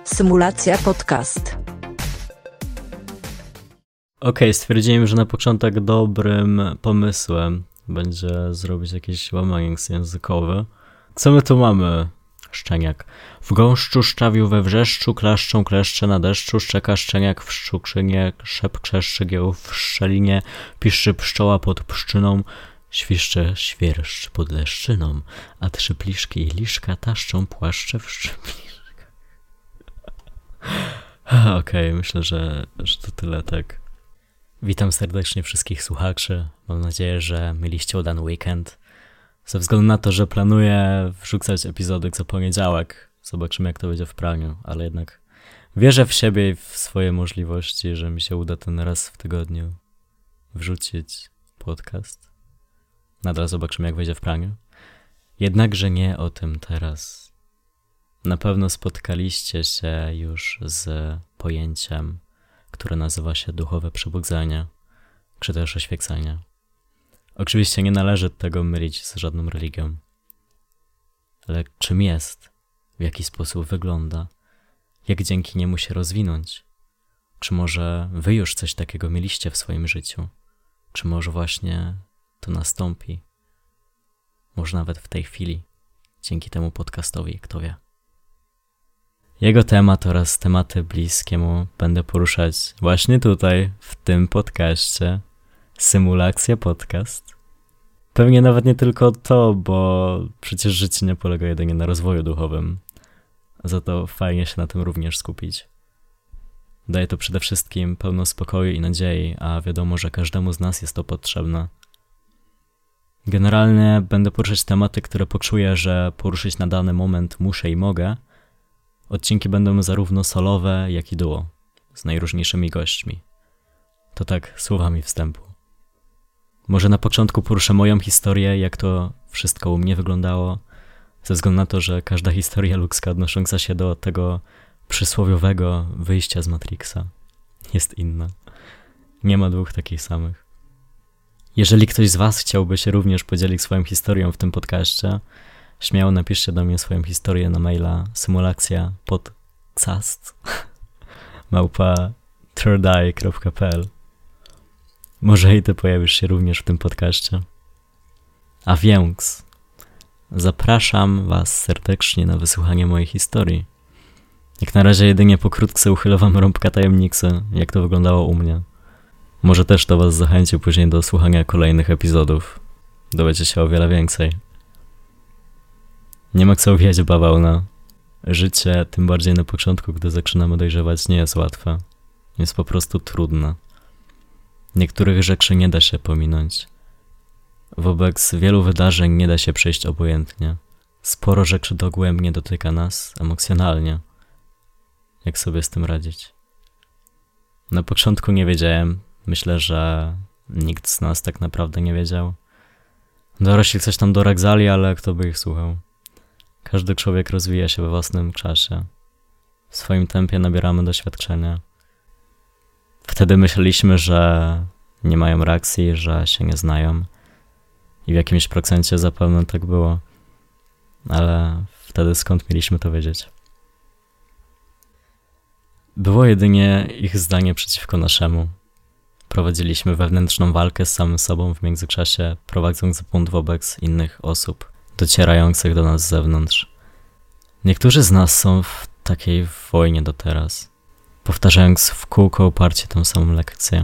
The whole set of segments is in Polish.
Symulacja podcast. Okej, stwierdziłem, że na początek dobrym pomysłem będzie zrobić jakieś łamanie językowe. Co my tu mamy? Szczeniak. W gąszczu, szczawiu, we wrzeszczu, klaszczą kleszcze na deszczu, szczeka szczeniak w szczukrzynie, szep krzeszczy gieł w szczelinie, piszczy pszczoła pod pszczyną, świszcze świerszcz pod leszczyną, a trzy pliszki i liszka taszczą płaszcze w szczypliszkach. Okej, myślę, że to tyle, tak. Witam serdecznie wszystkich słuchaczy. Mam nadzieję, że mieliście udany weekend. Ze względu na to, że planuję wrzucać epizody co poniedziałek. Zobaczymy, jak to będzie w praniu, ale jednak wierzę w siebie i w swoje możliwości, że mi się uda ten raz w tygodniu wrzucić podcast. Nadal zobaczymy, jak wyjdzie w praniu. Jednakże nie o tym teraz. Na pewno spotkaliście się już z pojęciem, które nazywa się duchowe przebudzenie, czy też oświecenie. Oczywiście nie należy tego mylić z żadną religią. Ale czym jest? W jaki sposób wygląda? Jak dzięki niemu się rozwinąć? Czy może wy już coś takiego mieliście w swoim życiu? Czy może właśnie to nastąpi? Może nawet w tej chwili, dzięki temu podcastowi, kto wie. Jego temat oraz tematy bliskie mu będę poruszać właśnie tutaj, w tym podcaście. Symulacja podcast. Pewnie nawet nie tylko to, bo przecież życie nie polega jedynie na rozwoju duchowym. Za to fajnie się na tym również skupić. Daje to przede wszystkim pełno spokoju i nadziei, a wiadomo, że każdemu z nas jest to potrzebne. Generalnie będę poruszać tematy, które poczuję, że poruszyć na dany moment muszę i mogę. Odcinki będą zarówno solowe, jak i duo, z najróżniejszymi gośćmi. To tak słowami wstępu. Może na początku poruszę moją historię, jak to wszystko u mnie wyglądało, ze względu na to, że każda historia ludzka odnosząca się do tego przysłowiowego wyjścia z Matrixa jest inna. Nie ma dwóch takich samych. Jeżeli ktoś z was chciałby się również podzielić swoją historią w tym podcaście, śmiało napiszcie do mnie swoją historię na maila simulacja_podcast@thirdeye.pl. Może i ty pojawisz się również w tym podcaście. A więc zapraszam was serdecznie na wysłuchanie mojej historii. Jak na razie jedynie pokrótce uchylę wam rąbka tajemnicy, jak to wyglądało u mnie. Może też to was zachęci później do słuchania kolejnych epizodów. Dowiecie się o wiele więcej. Nie ma co owijać bawełna. Życie, tym bardziej na początku, gdy zaczynamy dojrzewać, nie jest łatwe. Jest po prostu trudne. Niektórych rzeczy nie da się pominąć. Wobec wielu wydarzeń nie da się przejść obojętnie. Sporo rzeczy dogłębnie dotyka nas emocjonalnie. Jak sobie z tym radzić? Na początku nie wiedziałem. Myślę, że nikt z nas tak naprawdę nie wiedział. Dorośli coś tam doradzali, ale kto by ich słuchał? Każdy człowiek rozwija się we własnym czasie. W swoim tempie nabieramy doświadczenia. Wtedy myśleliśmy, że nie mają reakcji, że się nie znają. I w jakimś procencie zapewne tak było. Ale wtedy skąd mieliśmy to wiedzieć? Było jedynie ich zdanie przeciwko naszemu. Prowadziliśmy wewnętrzną walkę z samym sobą w międzyczasie, prowadząc bunt wobec innych osób docierających do nas z zewnątrz. Niektórzy z nas są w takiej wojnie do teraz, powtarzając w kółko uparcie tę samą lekcję.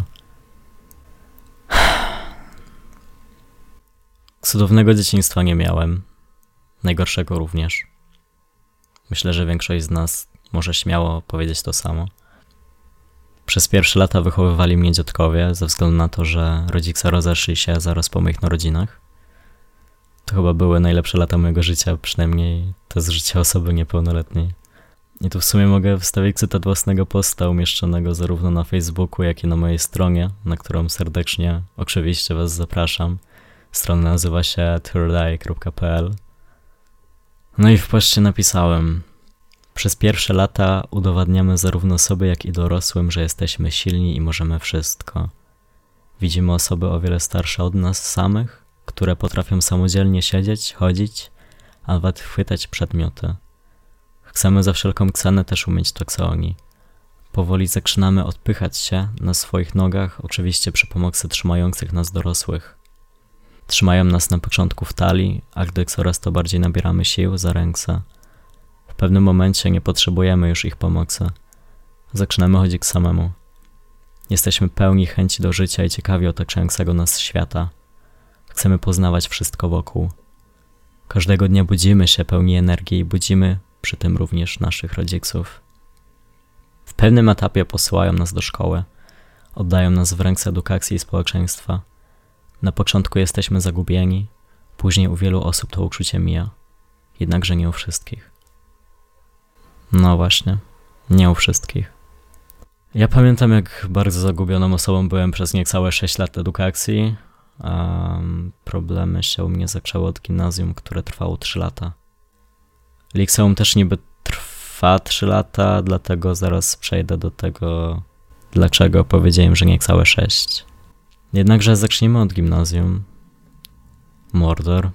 Cudownego dzieciństwa nie miałem, najgorszego również. Myślę, że większość z nas może śmiało powiedzieć to samo. Przez pierwsze lata wychowywali mnie dziadkowie, ze względu na to, że rodzice rozeszli się zaraz po moich narodzinach. To chyba były najlepsze lata mojego życia, przynajmniej to z życia osoby niepełnoletniej. I tu w sumie mogę wstawić cytat własnego posta umieszczonego zarówno na Facebooku, jak i na mojej stronie, na którą serdecznie, oczywiście was zapraszam. Strona nazywa się thirdeye.pl. No i w poście napisałem: przez pierwsze lata udowadniamy zarówno sobie, jak i dorosłym, że jesteśmy silni i możemy wszystko. Widzimy osoby o wiele starsze od nas samych, które potrafią samodzielnie siedzieć, chodzić, a nawet chwytać przedmioty. Chcemy za wszelką cenę też umieć taksonomii. Powoli zaczynamy odpychać się na swoich nogach, oczywiście przy pomocy trzymających nas dorosłych. Trzymają nas na początku w talii, a gdy coraz to bardziej nabieramy sił za ręce. W pewnym momencie nie potrzebujemy już ich pomocy. Zaczynamy chodzić samemu. Jesteśmy pełni chęci do życia i ciekawi otaczającego nas świata. Chcemy poznawać wszystko wokół. Każdego dnia budzimy się pełni energii i budzimy przy tym również naszych rodziców. W pewnym etapie posyłają nas do szkoły. Oddają nas w ręce edukacji i społeczeństwa. Na początku jesteśmy zagubieni, później u wielu osób to uczucie mija. Jednakże nie u wszystkich. No właśnie, nie u wszystkich. Ja pamiętam, jak bardzo zagubioną osobą byłem przez niecałe 6 lat edukacji. Problemy się u mnie zaczęły od gimnazjum, które trwało 3 lata. Liceum też niby trwa 3 lata, dlatego zaraz przejdę do tego, dlaczego powiedziałem, że niecałe 6. Jednakże zacznijmy od gimnazjum. Mordor.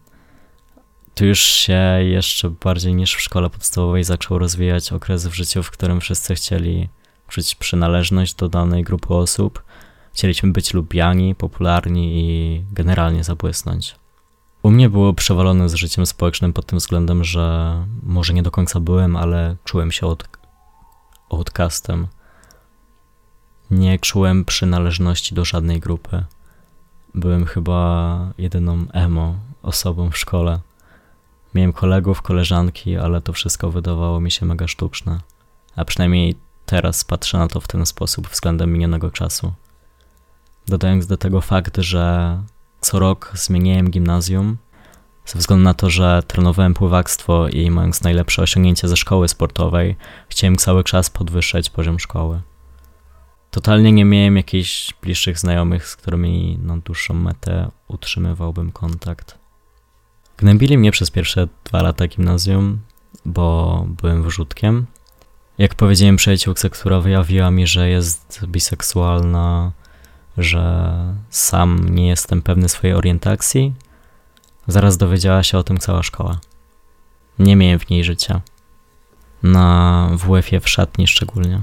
Tu już się jeszcze bardziej niż w szkole podstawowej zaczął rozwijać okres w życiu, w którym wszyscy chcieli czuć przynależność do danej grupy osób. Chcieliśmy być lubiani, popularni i generalnie zabłysnąć. U mnie było przewalone z życiem społecznym pod tym względem, że może nie do końca byłem, ale czułem się outcastem. Nie czułem przynależności do żadnej grupy. Byłem chyba jedyną emo osobą w szkole. Miałem kolegów, koleżanki, ale to wszystko wydawało mi się mega sztuczne. A przynajmniej teraz patrzę na to w ten sposób względem minionego czasu. Dodając do tego fakt, że co rok zmieniałem gimnazjum, ze względu na to, że trenowałem pływactwo i mając najlepsze osiągnięcia ze szkoły sportowej, chciałem cały czas podwyższać poziom szkoły. Totalnie nie miałem jakichś bliższych znajomych, z którymi na dłuższą metę utrzymywałbym kontakt. Gnębili mnie przez pierwsze 2 lata gimnazjum, bo byłem wyrzutkiem. Jak powiedziałem przyjaciółce, która wyjawiła mi, że jest biseksualna, że sam nie jestem pewny swojej orientacji, zaraz dowiedziała się o tym cała szkoła. Nie miałem w niej życia. Na WF-ie w szatni szczególnie.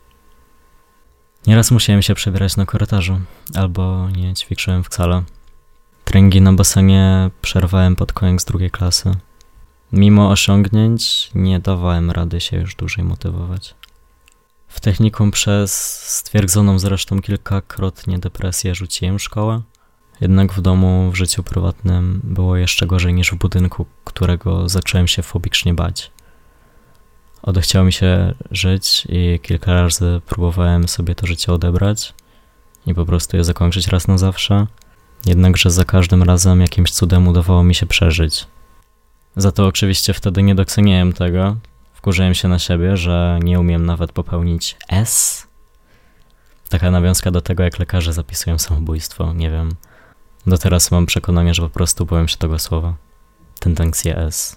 Nieraz musiałem się przebierać na korytarzu, albo nie ćwiczyłem wcale. Treningi na basenie przerwałem pod koniec 2. klasy. Mimo osiągnięć nie dawałem rady się już dłużej motywować. W technikum przez stwierdzoną zresztą kilkakrotnie depresję rzuciłem szkołę. Jednak w domu, w życiu prywatnym było jeszcze gorzej niż w budynku, którego zacząłem się fobicznie bać. Odechciało mi się żyć i kilka razy próbowałem sobie to życie odebrać i po prostu je zakończyć raz na zawsze. Jednakże za każdym razem jakimś cudem udawało mi się przeżyć. Za to oczywiście wtedy nie doceniałem tego. Wkurzyłem się na siebie, że nie umiem nawet popełnić S. Taka nawiązka do tego, jak lekarze zapisują samobójstwo, nie wiem. Do teraz mam przekonanie, że po prostu boję się tego słowa. Tendencje S.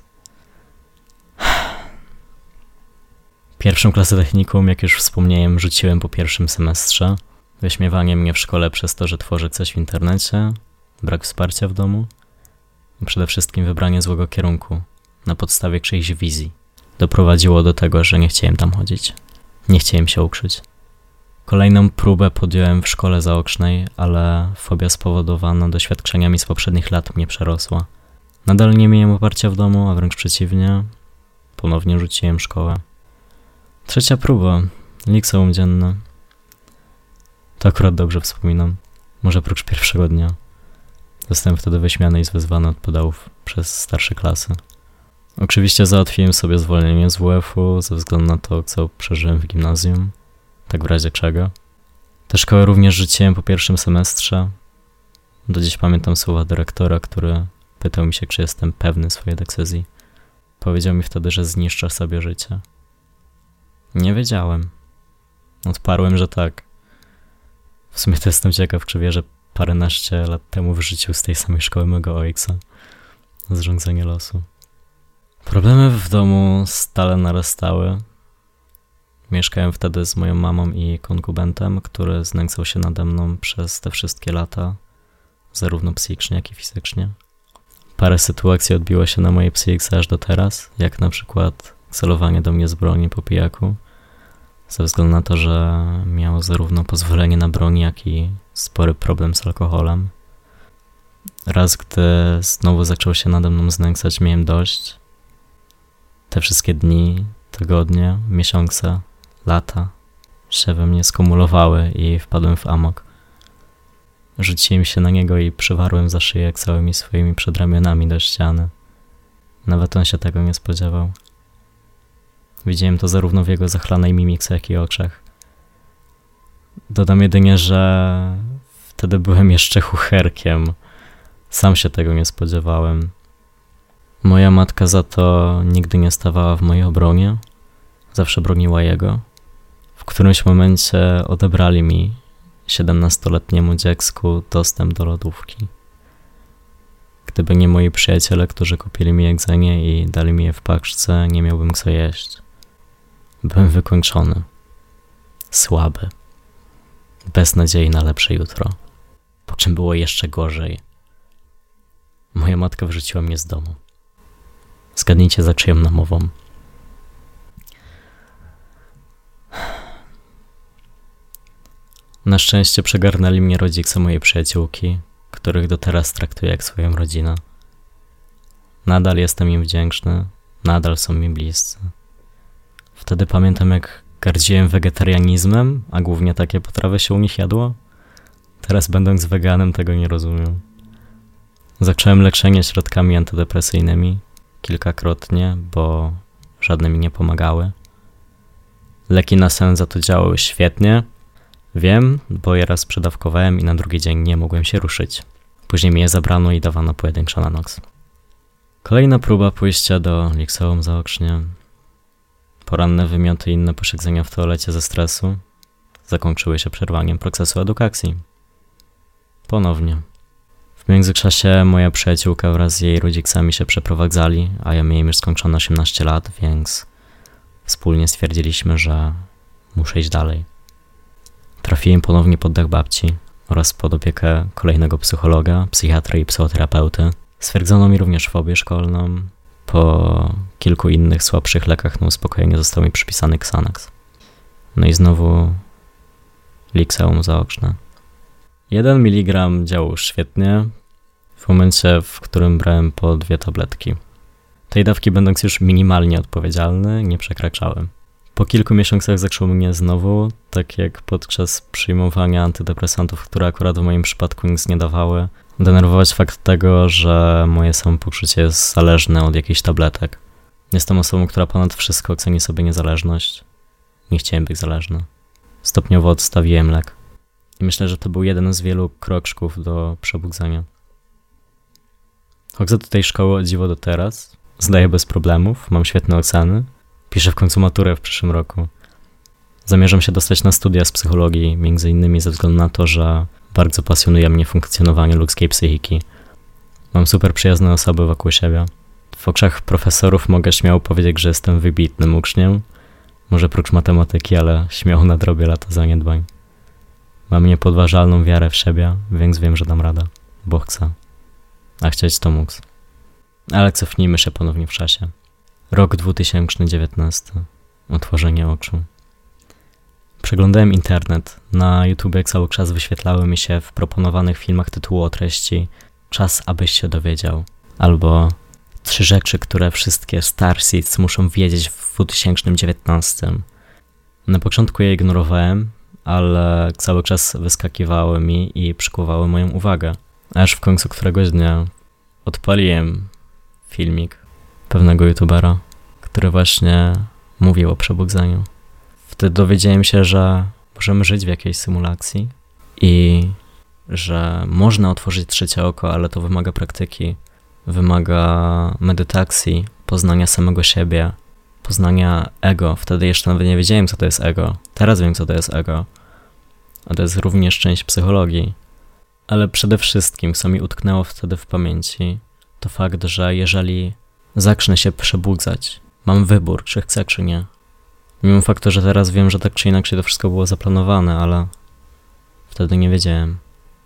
Pierwszą klasę technikum, jak już wspomniałem, rzuciłem po pierwszym semestrze. Wyśmiewanie mnie w szkole przez to, że tworzę coś w internecie, brak wsparcia w domu i przede wszystkim wybranie złego kierunku na podstawie czyjejś wizji doprowadziło do tego, że nie chciałem tam chodzić. Nie chciałem się uczyć. Kolejną próbę podjąłem w szkole zaocznej, ale fobia spowodowana doświadczeniami z poprzednich lat mnie przerosła. Nadal nie miałem oparcia w domu, a wręcz przeciwnie, ponownie rzuciłem szkołę. 3. próba, liceum dzienne. To akurat dobrze wspominam, może prócz pierwszego dnia. Zostałem wtedy wyśmiany i zwezwany od pedałów przez starsze klasy. Oczywiście załatwiłem sobie zwolnienie z WF-u ze względu na to, co przeżyłem w gimnazjum, tak w razie czego. Tę szkołę również rzuciłem po pierwszym semestrze. Do dziś pamiętam słowa dyrektora, który pytał mi się, czy jestem pewny swojej decyzji. Powiedział mi wtedy, że zniszczę sobie życie. Nie wiedziałem. Odparłem, że tak. W sumie to jestem ciekaw, czy wie, że paręnaście lat temu wyrzucił z tej samej szkoły mego ojca. Zrządzenie losu. Problemy w domu stale narastały. Mieszkałem wtedy z moją mamą i konkubentem, który znęcał się nade mną przez te wszystkie lata, zarówno psychicznie, jak i fizycznie. Parę sytuacji odbiło się na mojej psychice aż do teraz, jak na przykład celowanie do mnie z broni po pijaku, ze względu na to, że miał zarówno pozwolenie na broń, jak i spory problem z alkoholem. Raz, gdy znowu zaczął się nade mną znęcać, miałem dość. Te wszystkie dni, tygodnie, miesiące, lata się we mnie skumulowały i wpadłem w amok. Rzuciłem się na niego i przywarłem za szyję całymi swoimi przedramionami do ściany. Nawet on się tego nie spodziewał. Widziałem to zarówno w jego zachlanej mimice, jak i oczach. Dodam jedynie, że wtedy byłem jeszcze chucherkiem. Sam się tego nie spodziewałem. Moja matka za to nigdy nie stawała w mojej obronie. Zawsze broniła jego. W którymś momencie odebrali mi, 17-letniemu dziecku, dostęp do lodówki. Gdyby nie moi przyjaciele, którzy kupili mi jedzenie i dali mi je w paczce, nie miałbym co jeść. Byłem wykończony. Słaby. Bez nadziei na lepsze jutro. Po czym było jeszcze gorzej. Moja matka wyrzuciła mnie z domu. Zgadnijcie, za czyją namową. Na szczęście przegarnęli mnie rodzice mojej przyjaciółki, których do teraz traktuję jak swoją rodzinę. Nadal jestem im wdzięczny, nadal są mi bliscy. Wtedy pamiętam, jak gardziłem wegetarianizmem, a głównie takie potrawy się u nich jadło. Teraz, będąc weganem, tego nie rozumiem. Zacząłem leczenie środkami antydepresyjnymi kilkakrotnie, bo żadne mi nie pomagały. Leki na sen za to działały świetnie. Wiem, bo je raz przedawkowałem i na drugi dzień nie mogłem się ruszyć. Później mi je zabrano i dawano pojedynczo na noc. Kolejna próba pójścia do liceum zaocznie. Poranne wymioty i inne posiedzenia w toalecie ze stresu zakończyły się przerwaniem procesu edukacji. Ponownie. W międzyczasie moja przyjaciółka wraz z jej rodzicami się przeprowadzali, a ja miałem już skończone 18 lat, więc wspólnie stwierdziliśmy, że muszę iść dalej. Trafiłem ponownie pod dach babci oraz pod opiekę kolejnego psychologa, psychiatry i psychoterapeuty. Stwierdzono mi również fobię szkolną. Po kilku innych słabszych lekach na uspokojenie został mi przypisany Xanax. No i znowu liceum zaoczne. 1 mg działał świetnie w momencie, w którym brałem po 2 tabletki. Tej dawki, będąc już minimalnie odpowiedzialny, nie przekraczałem. Po kilku miesiącach zaczął mnie znowu, tak jak podczas przyjmowania antydepresantów, które akurat w moim przypadku nic nie dawały, denerwować fakt tego, że moje samopoczucie jest zależne od jakichś tabletek. Jestem osobą, która ponad wszystko ceni sobie niezależność. Nie chciałem być zależny. Stopniowo odstawiłem lek. I myślę, że to był jeden z wielu kroczków do przebudzenia. Chodzę do tej szkoły o dziwo do teraz. Zdaję bez problemów, mam świetne oceny. Piszę w końcu maturę w przyszłym roku. Zamierzam się dostać na studia z psychologii, między innymi ze względu na to, że bardzo pasjonuje mnie funkcjonowanie ludzkiej psychiki. Mam super przyjazne osoby wokół siebie. W oczach profesorów mogę śmiało powiedzieć, że jestem wybitnym uczniem. Może prócz matematyki, ale śmiało nadrobię lata zaniedbań. Mam niepodważalną wiarę w siebie, więc wiem, że dam radę, bo chcę. A chcieć to móc. Ale cofnijmy się ponownie w czasie. Rok 2019. Otworzenie oczu. Przeglądałem internet. Na YouTubie cały czas wyświetlały mi się w proponowanych filmach tytuły o treści "Czas, abyś się dowiedział" albo 3 rzeczy, które wszystkie Starseeds muszą wiedzieć w 2019. Na początku je ignorowałem, ale cały czas wyskakiwały mi i przykuwały moją uwagę. Aż w końcu któregoś dnia odpaliłem filmik pewnego youtubera, który właśnie mówił o przebudzeniu. Wtedy dowiedziałem się, że możemy żyć w jakiejś symulacji i że można otworzyć trzecie oko, ale to wymaga praktyki, wymaga medytacji, poznania samego siebie, poznania ego. Wtedy jeszcze nawet nie wiedziałem, co to jest ego. Teraz wiem, co to jest ego. A to jest również część psychologii. Ale przede wszystkim, co mi utknęło wtedy w pamięci, to fakt, że jeżeli zacznę się przebudzać, mam wybór, czy chcę, czy nie. Mimo faktu, że teraz wiem, że tak czy inaczej to wszystko było zaplanowane, ale wtedy nie wiedziałem.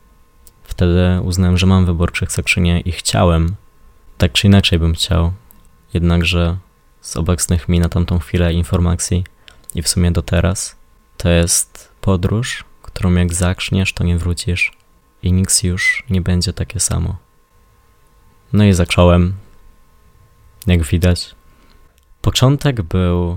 Wtedy uznałem, że mam wybór, czy chcę, czy nie i chciałem. Tak czy inaczej bym chciał. Jednakże z obecnych mi na tamtą chwilę informacji i w sumie do teraz, to jest podróż, którą jak zaczniesz, to nie wrócisz i nic już nie będzie takie samo. No i zacząłem, jak widać. Początek był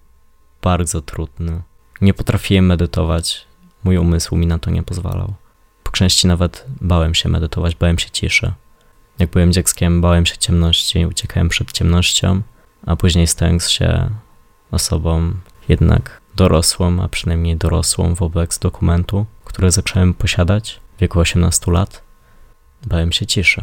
bardzo trudny. Nie potrafiłem medytować, mój umysł mi na to nie pozwalał. Po części nawet bałem się medytować, bałem się ciszy. Jak byłem dzieckiem, bałem się ciemności, uciekałem przed ciemnością, a później stając się osobą jednak dorosłą, a przynajmniej dorosłą wobec dokumentu, który zacząłem posiadać w wieku 18 lat, bałem się ciszy.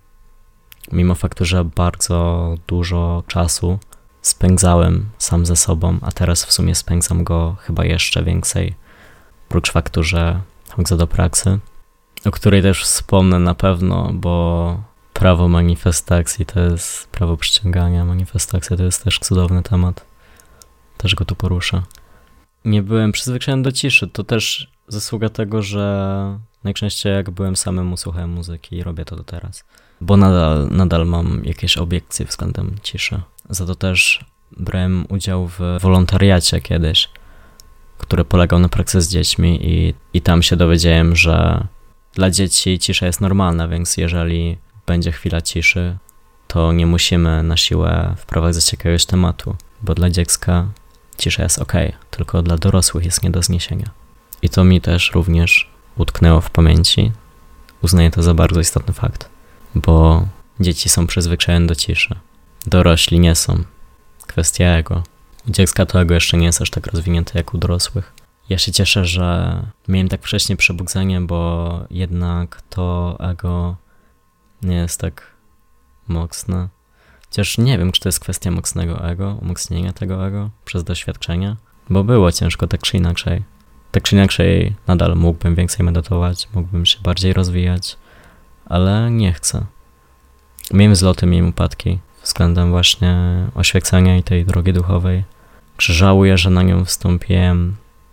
Mimo faktu, że bardzo dużo czasu spędzałem sam ze sobą, a teraz w sumie spędzam go chyba jeszcze więcej, prócz faktu, że chodzę do pracy, o której też wspomnę na pewno, bo prawo manifestacji to jest, prawo przyciągania, manifestacja to jest też cudowny temat. Też go tu poruszę. Nie byłem przyzwyczajony do ciszy, to też zasługa tego, że najczęściej jak byłem samemu, słuchałem muzyki i robię to do teraz. Bo nadal mam jakieś obiekcje względem ciszy. Za to też brałem udział w wolontariacie kiedyś, który polegał na pracy z dziećmi i tam się dowiedziałem, że dla dzieci cisza jest normalna, więc jeżeli będzie chwila ciszy, to nie musimy na siłę wprowadzać jakiegoś tematu, bo dla dziecka cisza jest okej, tylko dla dorosłych jest nie do zniesienia. I to mi też również utknęło w pamięci. Uznaję to za bardzo istotny fakt, bo dzieci są przyzwyczajone do ciszy. Dorośli nie są. Kwestia ego. U dziecka to ego jeszcze nie jest aż tak rozwinięte jak u dorosłych. Ja się cieszę, że miałem tak wcześnie przebudzenie, bo jednak to ego nie jest tak mocne. Chociaż nie wiem, czy to jest kwestia mocnego ego, umocnienia tego ego przez doświadczenie, bo było ciężko tak czy inaczej. Tak czy inaczej nadal mógłbym więcej medytować, mógłbym się bardziej rozwijać, ale nie chcę. Miałem wzloty, miałem upadki względem właśnie oświecenia i tej drogi duchowej. Czy żałuję, że na nią wstąpiłem?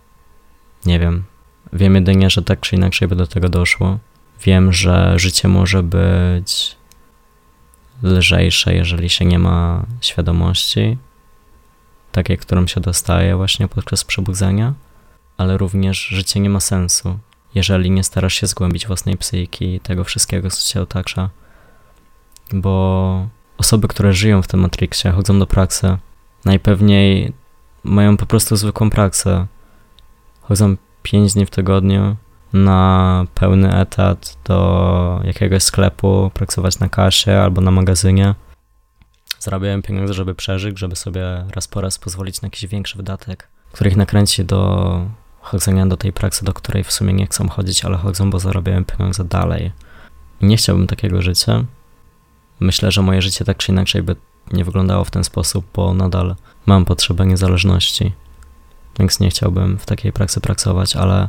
Nie wiem. Wiem jedynie, że tak czy inaczej by do tego doszło. Wiem, że życie może być lżejsze, jeżeli się nie ma świadomości, takiej, którą się dostaje właśnie podczas przebudzenia, ale również życie nie ma sensu, jeżeli nie starasz się zgłębić własnej psychiki i tego wszystkiego, co cię otacza. Bo osoby, które żyją w tym Matrixie, chodzą do pracy, najpewniej mają po prostu zwykłą praksę. Chodzą 5 dni w tygodniu na pełny etat do jakiegoś sklepu, pracować na kasie albo na magazynie. Zarabiają pieniądze, żeby przeżyć, żeby sobie raz po raz pozwolić na jakiś większy wydatek, który ich nakręci do chodzenia do tej pracy, do której w sumie nie chcą chodzić, ale chodzą, bo zarabiają pieniądze dalej. I nie chciałbym takiego życia. Myślę, że moje życie tak czy inaczej by nie wyglądało w ten sposób, bo nadal mam potrzebę niezależności. Więc nie chciałbym w takiej pracy pracować, ale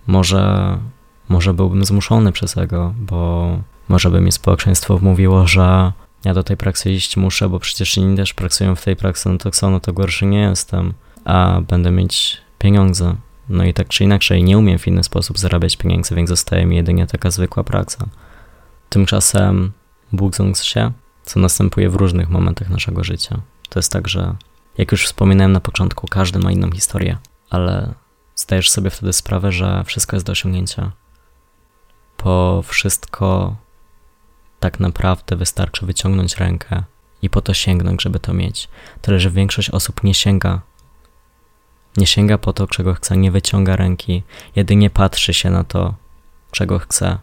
może byłbym zmuszony przez ego, bo może by mi społeczeństwo wmówiło, że ja do tej pracy iść muszę, bo przecież inni też pracują w tej pracy, no to co, no to gorszy nie jestem, a będę mieć pieniądze. No i tak czy inaczej nie umiem w inny sposób zarabiać pieniędzy, więc zostaje mi jedynie taka zwykła praca. Tymczasem budząc się, co następuje w różnych momentach naszego życia. To jest tak, że jak już wspominałem na początku, każdy ma inną historię, ale zdajesz sobie wtedy sprawę, że wszystko jest do osiągnięcia. Po wszystko tak naprawdę wystarczy wyciągnąć rękę i po to sięgnąć, żeby to mieć. Tyle, że większość osób nie sięga. Nie sięga po to, czego chce, nie wyciąga ręki, jedynie patrzy się na to, czego chce,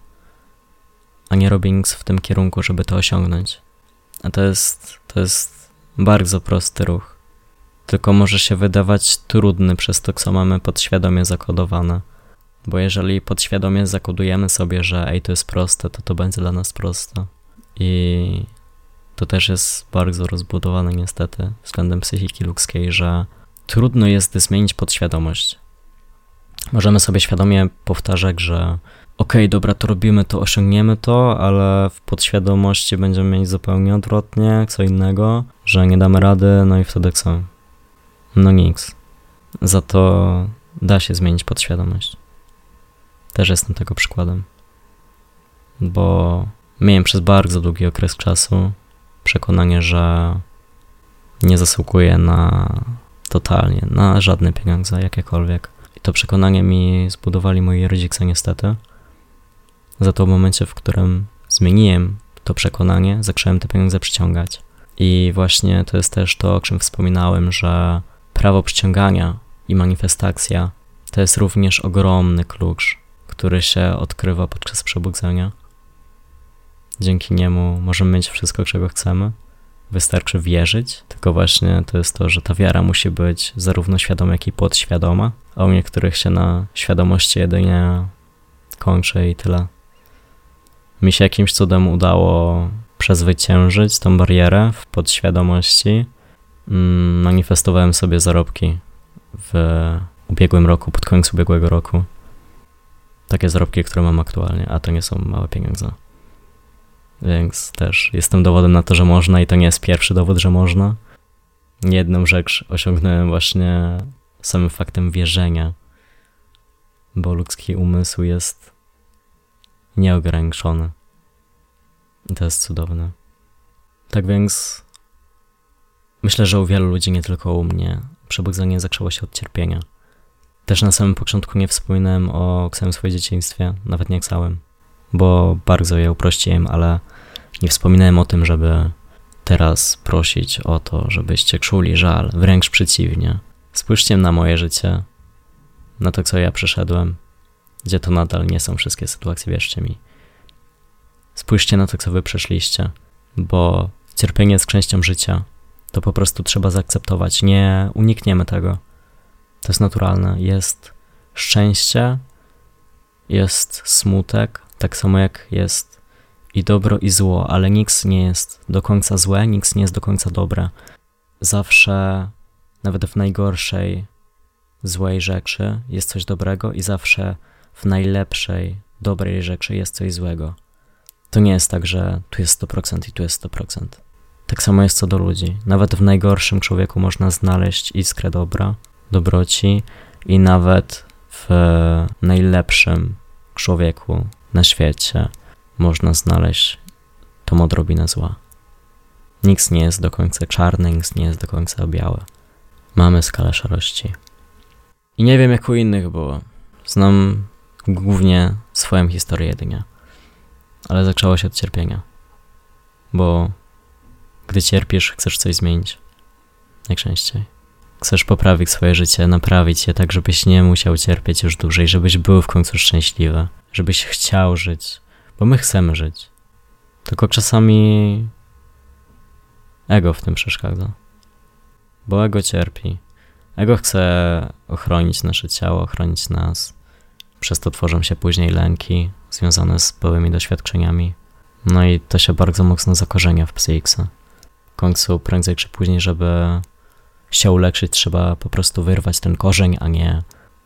a nie robi nic w tym kierunku, żeby to osiągnąć. A to jest bardzo prosty ruch. Tylko może się wydawać trudny przez to, co mamy podświadomie zakodowane. Bo jeżeli podświadomie zakodujemy sobie, że to jest proste, to będzie dla nas proste. I to też jest bardzo rozbudowane niestety względem psychiki ludzkiej, że trudno jest zmienić podświadomość. Możemy sobie świadomie powtarzać, że okej, dobra, to robimy, to osiągniemy to, ale w podświadomości będziemy mieć zupełnie odwrotnie, co innego, że nie damy rady, no i wtedy co? No nic. Za to da się zmienić podświadomość. Też jestem tego przykładem. Bo miałem przez bardzo długi okres czasu przekonanie, że nie zasługuje totalnie na żadne pieniądze, jakiekolwiek. I to przekonanie mi zbudowali moi rodzice niestety. Za to w momencie, w którym zmieniłem to przekonanie, zacząłem te pieniądze przyciągać. I właśnie to jest też to, o czym wspominałem, że prawo przyciągania i manifestacja to jest również ogromny klucz, który się odkrywa podczas przebudzenia. Dzięki niemu możemy mieć wszystko, czego chcemy. Wystarczy wierzyć, tylko właśnie to jest to, że ta wiara musi być zarówno świadoma, jak i podświadoma, a u niektórych się na świadomości jedynie kończy i tyle. Mi się jakimś cudem udało przezwyciężyć tą barierę w podświadomości. Manifestowałem sobie zarobki w ubiegłym roku, pod koniec ubiegłego roku. Takie zarobki, które mam aktualnie, a to nie są małe pieniądze. Więc też jestem dowodem na to, że można i to nie jest pierwszy dowód, że można. Jedną rzecz osiągnąłem właśnie samym faktem wierzenia, bo ludzki umysł jest nieograniczony. I to jest cudowne. Tak więc myślę, że u wielu ludzi, nie tylko u mnie, przebudzenie zaczęło się od cierpienia. Też na samym początku nie wspominałem o całym swoim dzieciństwie, nawet nie całym, bo bardzo je uprościłem, ale nie wspominałem o tym, żeby teraz prosić o to, żebyście czuli żal, wręcz przeciwnie. Spójrzcie na moje życie, na to, co ja przeszedłem, gdzie to nadal nie są wszystkie sytuacje, wierzcie mi. Spójrzcie na to, co wy przeszliście, bo cierpienie jest częścią życia. To po prostu trzeba zaakceptować. Nie unikniemy tego. To jest naturalne. Jest szczęście, jest smutek, tak samo jak jest i dobro, i zło, ale nic nie jest do końca złe, nic nie jest do końca dobre. Zawsze, nawet w najgorszej, złej rzeczy jest coś dobrego i zawsze w najlepszej, dobrej rzeczy jest coś złego. To nie jest tak, że tu jest 100% i tu jest 100%. Tak samo jest co do ludzi. Nawet w najgorszym człowieku można znaleźć iskrę dobra, dobroci i nawet w najlepszym człowieku na świecie można znaleźć tą odrobinę zła. Nic nie jest do końca czarne, nic nie jest do końca białe. Mamy skalę szarości. I nie wiem jak u innych było. Znam głównie swoją historię jedynie. Ale zaczęło się od cierpienia. Bo gdy cierpisz, chcesz coś zmienić. Najczęściej. Chcesz poprawić swoje życie, naprawić je tak, żebyś nie musiał cierpieć już dłużej, żebyś był w końcu szczęśliwy, żebyś chciał żyć. Bo my chcemy żyć. Tylko czasami ego w tym przeszkadza. Bo ego cierpi. Ego chce ochronić nasze ciało, ochronić nas. Przez to tworzą się później lęki związane z byłymi doświadczeniami. No i to się bardzo mocno zakorzenia w psychice. W końcu prędzej czy później, żeby się uleczyć, trzeba po prostu wyrwać ten korzeń, a nie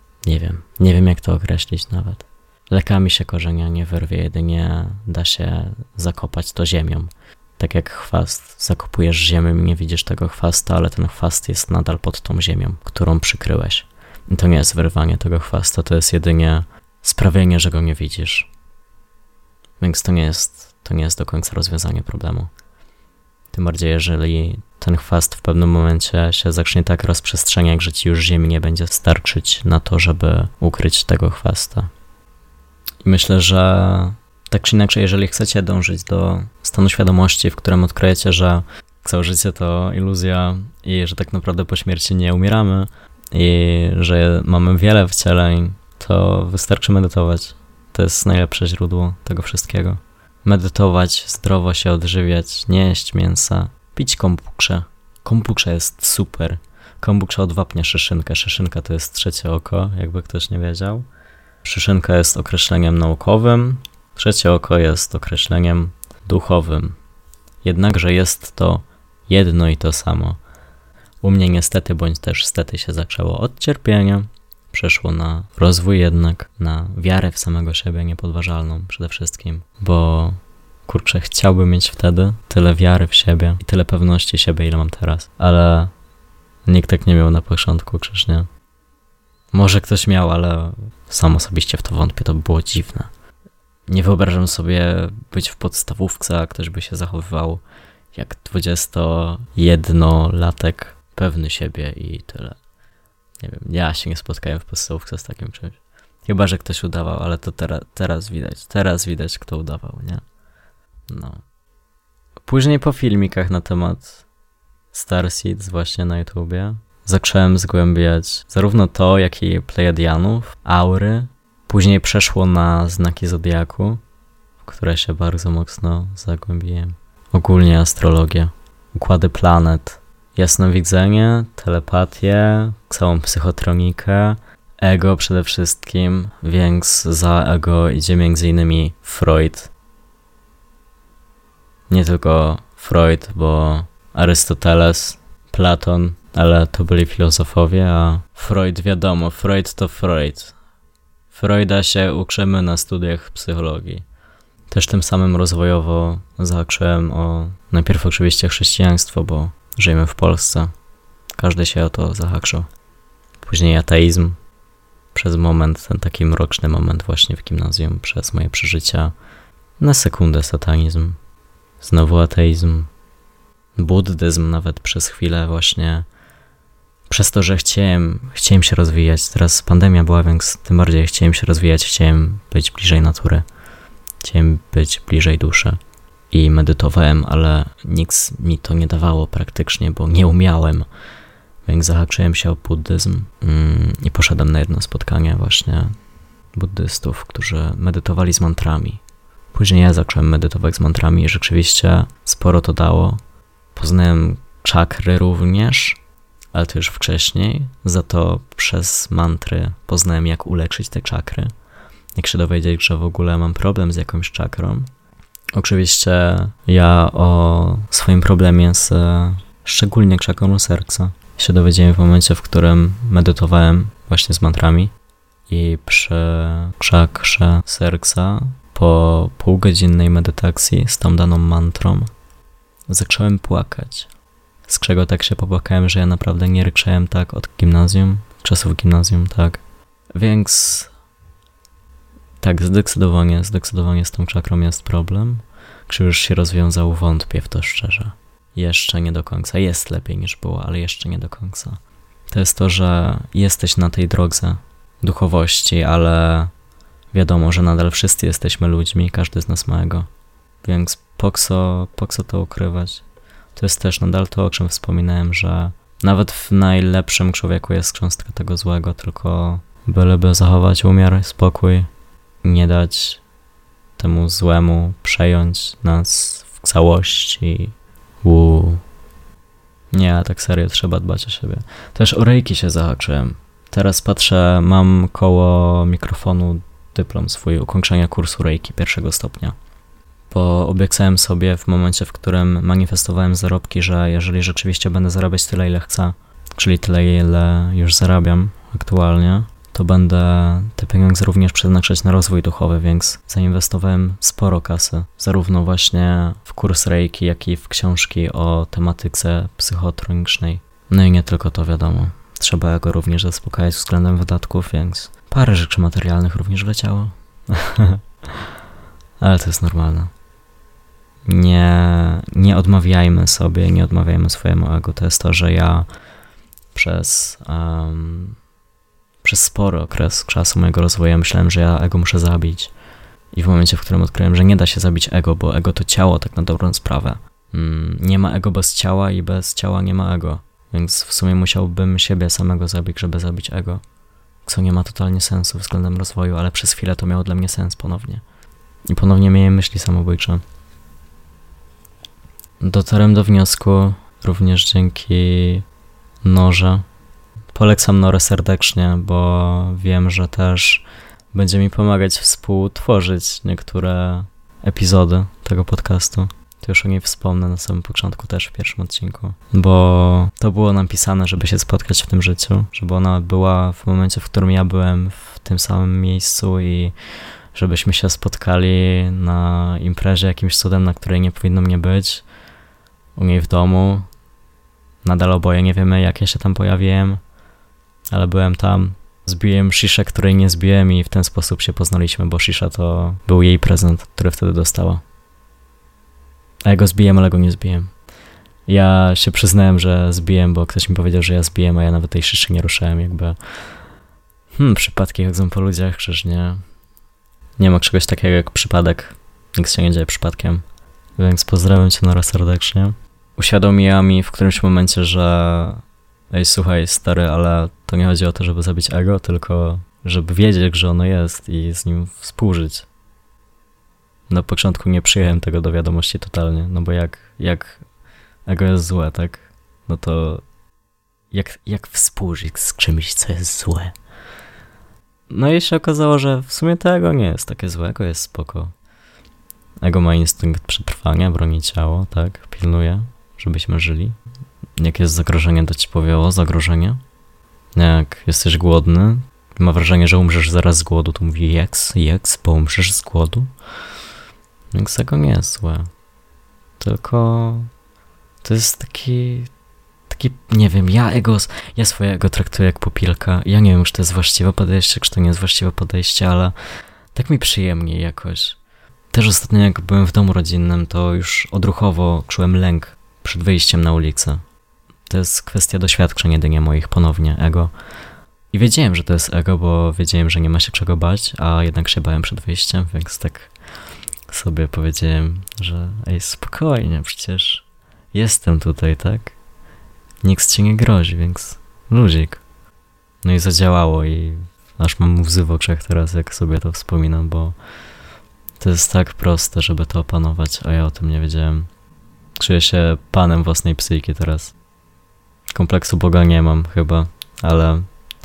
wiem jak to określić nawet. Lekami się korzenia nie wyrwie, jedynie da się zakopać to ziemią. Tak jak chwast, zakopujesz ziemią i nie widzisz tego chwasta, ale ten chwast jest nadal pod tą ziemią, którą przykryłeś. I to nie jest wyrwanie tego chwasta, to jest jedynie sprawienie, że go nie widzisz. Więc to nie jest do końca rozwiązanie problemu. Tym bardziej, jeżeli ten chwast w pewnym momencie się zacznie tak rozprzestrzeniać, że ci już ziemi nie będzie starczyć na to, żeby ukryć tego chwasta. I myślę, że tak czy inaczej, jeżeli chcecie dążyć do stanu świadomości, w którym odkryjecie, że całe życie to iluzja i że tak naprawdę po śmierci nie umieramy i że mamy wiele wcieleń, to wystarczy medytować. To jest najlepsze źródło tego wszystkiego. Medytować, zdrowo się odżywiać, nie jeść mięsa, pić kombucze. Kombucha jest super. Kombucha odwapnia szyszynkę. Szyszynka to jest trzecie oko, jakby ktoś nie wiedział. Szyszynka jest określeniem naukowym, trzecie oko jest określeniem duchowym. Jednakże jest to jedno i to samo. U mnie niestety bądź też stety się zaczęło od cierpienia, przeszło na rozwój jednak, na wiarę w samego siebie niepodważalną przede wszystkim, bo kurczę, chciałbym mieć wtedy tyle wiary w siebie i tyle pewności siebie, ile mam teraz, ale nikt tak nie miał na początku, czyż nie? Może ktoś miał, ale sam osobiście w to wątpię, to by było dziwne. Nie wyobrażam sobie być w podstawówce, a ktoś by się zachowywał jak 21-latek pewny siebie i tyle. Nie wiem, ja się nie spotkałem w podstawówce z takim czymś. Chyba że ktoś udawał, ale to teraz widać kto udawał, nie? No. Później po filmikach na temat Starseeds właśnie na YouTubie zacząłem zgłębiać zarówno to, jak i Plejadianów, aury. Później przeszło na znaki Zodiaku, w które się bardzo mocno zagłębiłem. Ogólnie astrologię, układy planet, jasnowidzenie, telepatię, całą psychotronikę, ego przede wszystkim, więc za ego idzie m.in. Freud. Nie tylko Freud, bo Arystoteles, Platon, ale to byli filozofowie, a Freud wiadomo, Freud to Freud. Freuda się uczymy na studiach psychologii. Też tym samym rozwojowo zahaczyłem o najpierw oczywiście chrześcijaństwo, bo żyjemy w Polsce. Każdy się o to zahaczył. Później ateizm. Przez moment, ten taki mroczny moment właśnie w gimnazjum, przez moje przeżycia. Na sekundę satanizm. Znowu ateizm. Buddyzm nawet przez chwilę właśnie. Przez to, że chciałem się rozwijać. Teraz pandemia była, więc tym bardziej chciałem się rozwijać. Chciałem być bliżej natury. Chciałem być bliżej duszy. I medytowałem, ale nic mi to nie dawało praktycznie, bo nie umiałem. Więc zahaczyłem się o buddyzm i poszedłem na jedno spotkanie właśnie buddystów, którzy medytowali z mantrami. Później ja zacząłem medytować z mantrami i rzeczywiście sporo to dało. Poznałem czakry również, ale to już wcześniej. Za to przez mantry poznałem, jak uleczyć te czakry. Jak się dowiedzieć, że w ogóle mam problem z jakąś czakrą. Oczywiście ja o swoim problemie szczególnie czakrą serca się dowiedziałem w momencie, w którym medytowałem właśnie z mantrami i przy czakrze serca po półgodzinnej medytacji z tą daną mantrą zacząłem płakać. Z czego tak się popłakałem, że ja naprawdę nie ryczałem tak od gimnazjum, czasów gimnazjum, tak. Więc tak, zdecydowanie z tą czakrą jest problem. Czy już się rozwiązał? Wątpię w to szczerze. Jeszcze nie do końca. Jest lepiej niż było, ale jeszcze nie do końca. To jest to, że jesteś na tej drodze duchowości, ale wiadomo, że nadal wszyscy jesteśmy ludźmi, każdy z nas ma ego. Więc po co to ukrywać? To jest też nadal to, o czym wspominałem, że nawet w najlepszym człowieku jest cząstka tego złego, tylko byleby zachować umiar, spokój, nie dać temu złemu przejąć nas w całości. Nie, tak serio, trzeba dbać o siebie. Też o reiki się zahaczyłem. Teraz patrzę, mam koło mikrofonu dyplom swój ukończenia kursu reiki 1. stopnia. Bo obiecałem sobie w momencie, w którym manifestowałem zarobki, że jeżeli rzeczywiście będę zarabiać tyle, ile chcę, czyli tyle, ile już zarabiam aktualnie, to będę te pieniądze również przeznaczać na rozwój duchowy, więc zainwestowałem sporo kasy, zarówno właśnie w kurs reiki, jak i w książki o tematyce psychotronicznej. No i nie tylko to, wiadomo. Trzeba go również zaspokajać względem wydatków, więc parę rzeczy materialnych również wleciało. Ale to jest normalne. Nie odmawiajmy sobie, nie odmawiajmy swojemu ego. To jest to, że ja przez spory okres czasu mojego rozwoju myślałem, że ja ego muszę zabić. I w momencie, w którym odkryłem, że nie da się zabić ego, bo ego to ciało tak na dobrą sprawę. Nie ma ego bez ciała i bez ciała nie ma ego. Więc w sumie musiałbym siebie samego zabić, żeby zabić ego. Co nie ma totalnie sensu względem rozwoju, ale przez chwilę to miało dla mnie sens ponownie. I ponownie miałem myśli samobójcze. Dotarłem do wniosku również dzięki Norze. Polecam Norę serdecznie, bo wiem, że też będzie mi pomagać współtworzyć niektóre epizody tego podcastu. To już o niej wspomnę na samym początku też w pierwszym odcinku, bo to było napisane, żeby się spotkać w tym życiu, żeby ona była w momencie, w którym ja byłem w tym samym miejscu i żebyśmy się spotkali na imprezie jakimś cudem, na której nie powinno mnie być, u niej w domu. Nadal oboje nie wiemy, jak ja się tam pojawiłem, ale byłem tam. Zbiłem Shisha, której nie zbiłem i w ten sposób się poznaliśmy, bo Shisha to był jej prezent, który wtedy dostała. A ja go zbiłem, ale go nie zbiłem. Ja się przyznałem, że zbiłem, bo ktoś mi powiedział, że ja zbiłem, a ja nawet tej szyszy nie ruszałem, jakby. Przypadki chodzą po ludziach, czyż nie? Nie ma czegoś takiego jak przypadek. Nic się nie dzieje przypadkiem. Więc pozdrawiam cię Nora serdecznie. Uświadomiła mi w którymś momencie, że ej, słuchaj, stary, ale to nie chodzi o to, żeby zabić ego, tylko żeby wiedzieć, że ono jest i z nim współżyć. Na początku nie przyjąłem tego do wiadomości totalnie, no bo jak ego jest złe, tak? No to jak współżyć z czymś, co jest złe? No i się okazało, że w sumie to ego nie jest takie złe, ego jest spoko. Ego ma instynkt przetrwania, broni ciało, tak? Pilnuje, żebyśmy żyli. Jak jest zagrożenie, to ci powie o zagrożenie. Jak jesteś głodny, ma wrażenie, że umrzesz zaraz z głodu, to mówi jeks, bo umrzesz z głodu. Więc ego nie jest złe. Tylko to jest taki, nie wiem, ja swoje ego traktuję jak pupilka. Ja nie wiem, czy to jest właściwe podejście, czy to nie jest właściwe podejście, ale tak mi przyjemniej jakoś. Też ostatnio jak byłem w domu rodzinnym, to już odruchowo czułem lęk przed wyjściem na ulicę. To jest kwestia doświadczeń jedynie moich ponownie, ego. I wiedziałem, że to jest ego, bo wiedziałem, że nie ma się czego bać, a jednak się bałem przed wyjściem, więc tak sobie powiedziałem, że ej, spokojnie, przecież jestem tutaj, tak? Nikt ci nie grozi, więc luzik. No i zadziałało i aż mam łzy w oczach teraz, jak sobie to wspominam, bo to jest tak proste, żeby to opanować, a ja o tym nie wiedziałem. Czuję się panem własnej psychiki teraz. Kompleksu Boga nie mam chyba, ale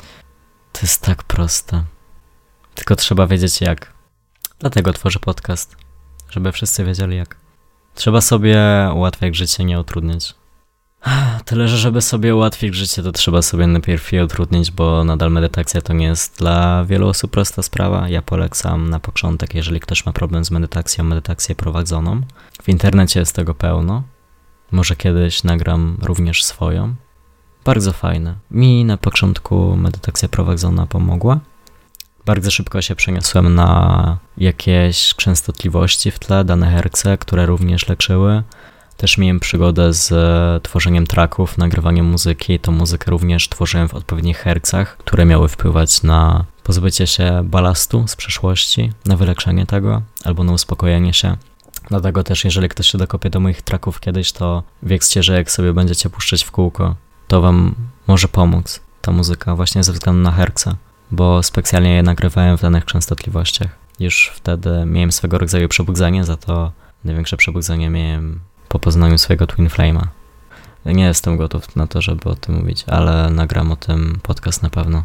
to jest tak proste. Tylko trzeba wiedzieć jak. Dlatego tworzę podcast, żeby wszyscy wiedzieli jak. Trzeba sobie ułatwiać życie, nie utrudniać. Tyle, że żeby sobie ułatwić życie, to trzeba sobie najpierw je utrudnić, bo nadal medytacja to nie jest dla wielu osób prosta sprawa. Ja polecam na początek, jeżeli ktoś ma problem z medytację prowadzoną. W internecie jest tego pełno. Może kiedyś nagram również swoją. Bardzo fajne. Mi na początku medytacja prowadzona pomogła. Bardzo szybko się przeniosłem na jakieś częstotliwości w tle, dane herce, które również leczyły. Też miałem przygodę z tworzeniem tracków, nagrywaniem muzyki. Tą muzykę również tworzyłem w odpowiednich hercach, które miały wpływać na pozbycie się balastu z przeszłości, na wyleczenie tego albo na uspokojenie się. Dlatego też, jeżeli ktoś się dokopie do moich tracków kiedyś, to wiedzcie, że jak sobie będziecie puszczać w kółko, to wam może pomóc ta muzyka właśnie ze względu na herce, bo specjalnie je nagrywałem w danych częstotliwościach. Już wtedy miałem swego rodzaju przebudzenie, za to największe przebudzenie miałem po poznaniu swojego Twin Flame'a. Nie jestem gotów na to, żeby o tym mówić, ale nagram o tym podcast na pewno.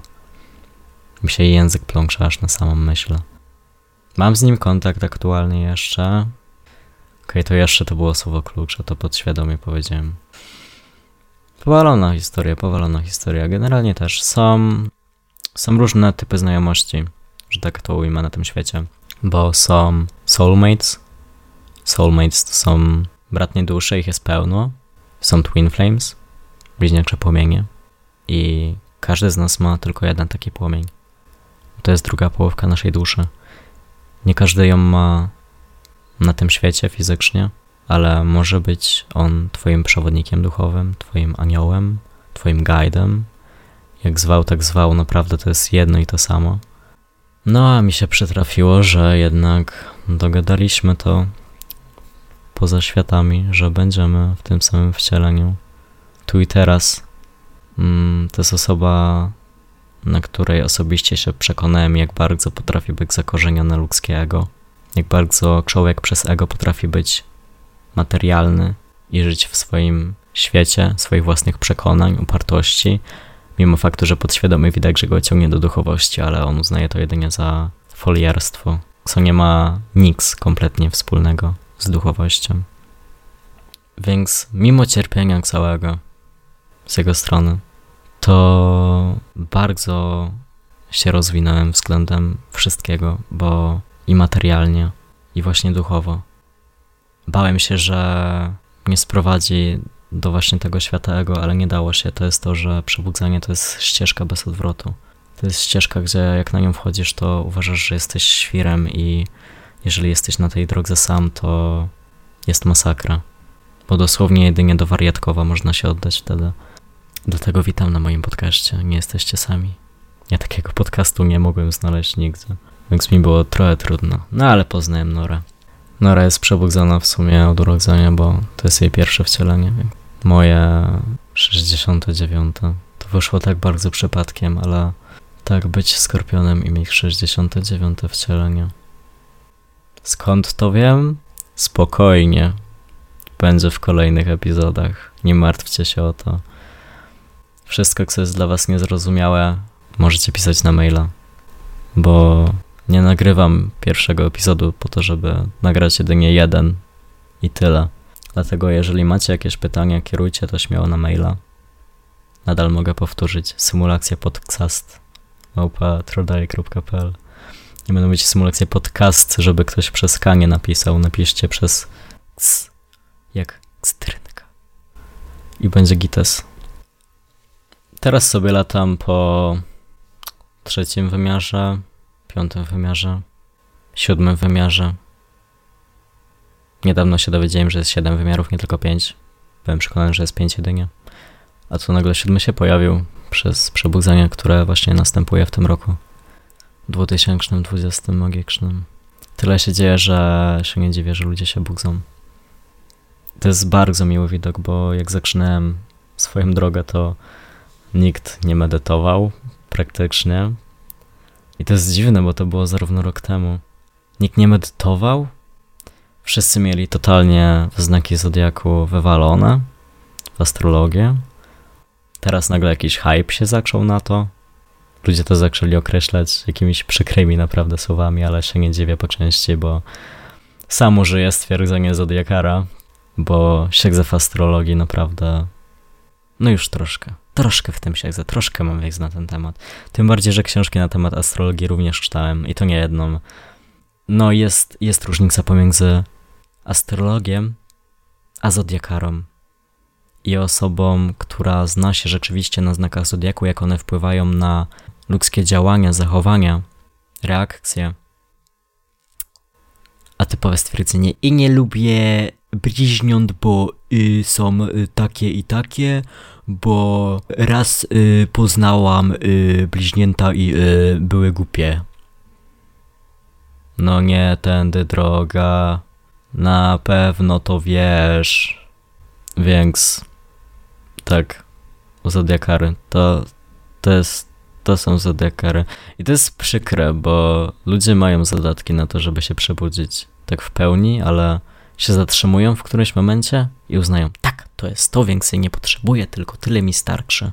Mi się język plącze aż na samą myśl. Mam z nim kontakt aktualnie jeszcze. Okej, to jeszcze to było słowo klucz, a to podświadomie powiedziałem. Powalona historia. Generalnie też są różne typy znajomości, że tak to ujmę na tym świecie, bo są soulmates. Soulmates to są bratnie dusze, ich jest pełno. Są twin flames, bliźniacze płomienie i każdy z nas ma tylko jeden taki płomień. To jest druga połówka naszej duszy. Nie każdy ją ma na tym świecie fizycznie, ale może być on twoim przewodnikiem duchowym, twoim aniołem, twoim guidem. Jak zwał, tak zwał, naprawdę to jest jedno i to samo. No a mi się przytrafiło, że jednak dogadaliśmy to poza światami, że będziemy w tym samym wcieleniu. Tu i teraz. To jest osoba, na której osobiście się przekonałem, jak bardzo potrafi być zakorzenione ludzkie ego. Jak bardzo człowiek przez ego potrafi być materialny i żyć w swoim świecie, swoich własnych przekonań, upartości, mimo faktu, że podświadomie widać, że go ciągnie do duchowości, ale on uznaje to jedynie za foliarstwo, co nie ma nic kompletnie wspólnego z duchowością. Więc mimo cierpienia całego z jego strony, to bardzo się rozwinąłem względem wszystkiego, bo i materialnie, i właśnie duchowo. Bałem się, że mnie sprowadzi do właśnie tego świata ego, ale nie dało się. To jest to, że przebudzenie to jest ścieżka bez odwrotu. To jest ścieżka, gdzie jak na nią wchodzisz, to uważasz, że jesteś świrem i jeżeli jesteś na tej drodze sam, to jest masakra. bo dosłownie jedynie do wariatkowa można się oddać wtedy. Dlatego witam na moim podcaście, nie jesteście sami. Ja takiego podcastu nie mogłem znaleźć nigdzie, więc mi było trochę trudno. No ale poznałem Norę. Nora jest przebudzona w sumie od urodzenia, bo to jest jej pierwsze wcielenie. Moje 69. To wyszło tak bardzo przypadkiem, ale tak być skorpionem i mieć 69. wcielenie. Skąd to wiem? Spokojnie. Będzie w kolejnych epizodach. Nie martwcie się o to. Wszystko, co jest dla was niezrozumiałe, możecie pisać na maila, bo nie nagrywam pierwszego epizodu po to, żeby nagrać jedynie jeden i tyle. Dlatego jeżeli macie jakieś pytania, kierujcie to śmiało na maila. Nadal mogę powtórzyć. Symulacja podcast@trodaj.pl. Nie będą mieć symulacji podcast, żeby ktoś przez K nie napisał. Napiszcie przez ks, jak kstrynka. I będzie gites. Teraz sobie latam po 3. wymiarze, 5. wymiarze, 7. wymiarze. Niedawno się dowiedziałem, że jest 7 wymiarów, nie tylko 5. Byłem przekonany, że jest 5 jedynie. A tu nagle 7 się pojawił przez przebudzenie, które właśnie następuje w tym roku. 2020 magicznym. Tyle się dzieje, że się nie dziwię, że ludzie się budzą. To jest bardzo miły widok, bo jak zaczynałem swoją drogę, to nikt nie medytował praktycznie. I to jest dziwne, bo to było zarówno rok temu. Nikt nie medytował. Wszyscy mieli totalnie znaki zodiaku wywalone w astrologię. Teraz nagle jakiś hype się zaczął na to. Ludzie to zaczęli określać jakimiś przykrymi naprawdę słowami, ale się nie dziwię po części, bo sam użyję stwierdzenie zodiakara, bo siedzę w astrologii naprawdę, no już troszkę w tym siedzę, troszkę mam wiedzy na ten temat. Tym bardziej, że książki na temat astrologii również czytałem i to nie jedną. No jest różnica pomiędzy astrologiem a zodiakarą i osobą, która zna się rzeczywiście na znakach zodiaku, jak one wpływają na ludzkie działania, zachowania, reakcje. A typowe stwierdzenie: i nie lubię bliźniąt, bo są takie i takie, bo raz poznałam bliźnięta i były głupie. No nie tędy droga, na pewno to wiesz. Więc tak, zodiakary, to są zodiakary. I to jest przykre, bo ludzie mają zadatki na to, żeby się przebudzić tak w pełni, ale się zatrzymują w którymś momencie i uznają: tak, to jest to, więcej nie potrzebuję, tylko tyle mi starczy.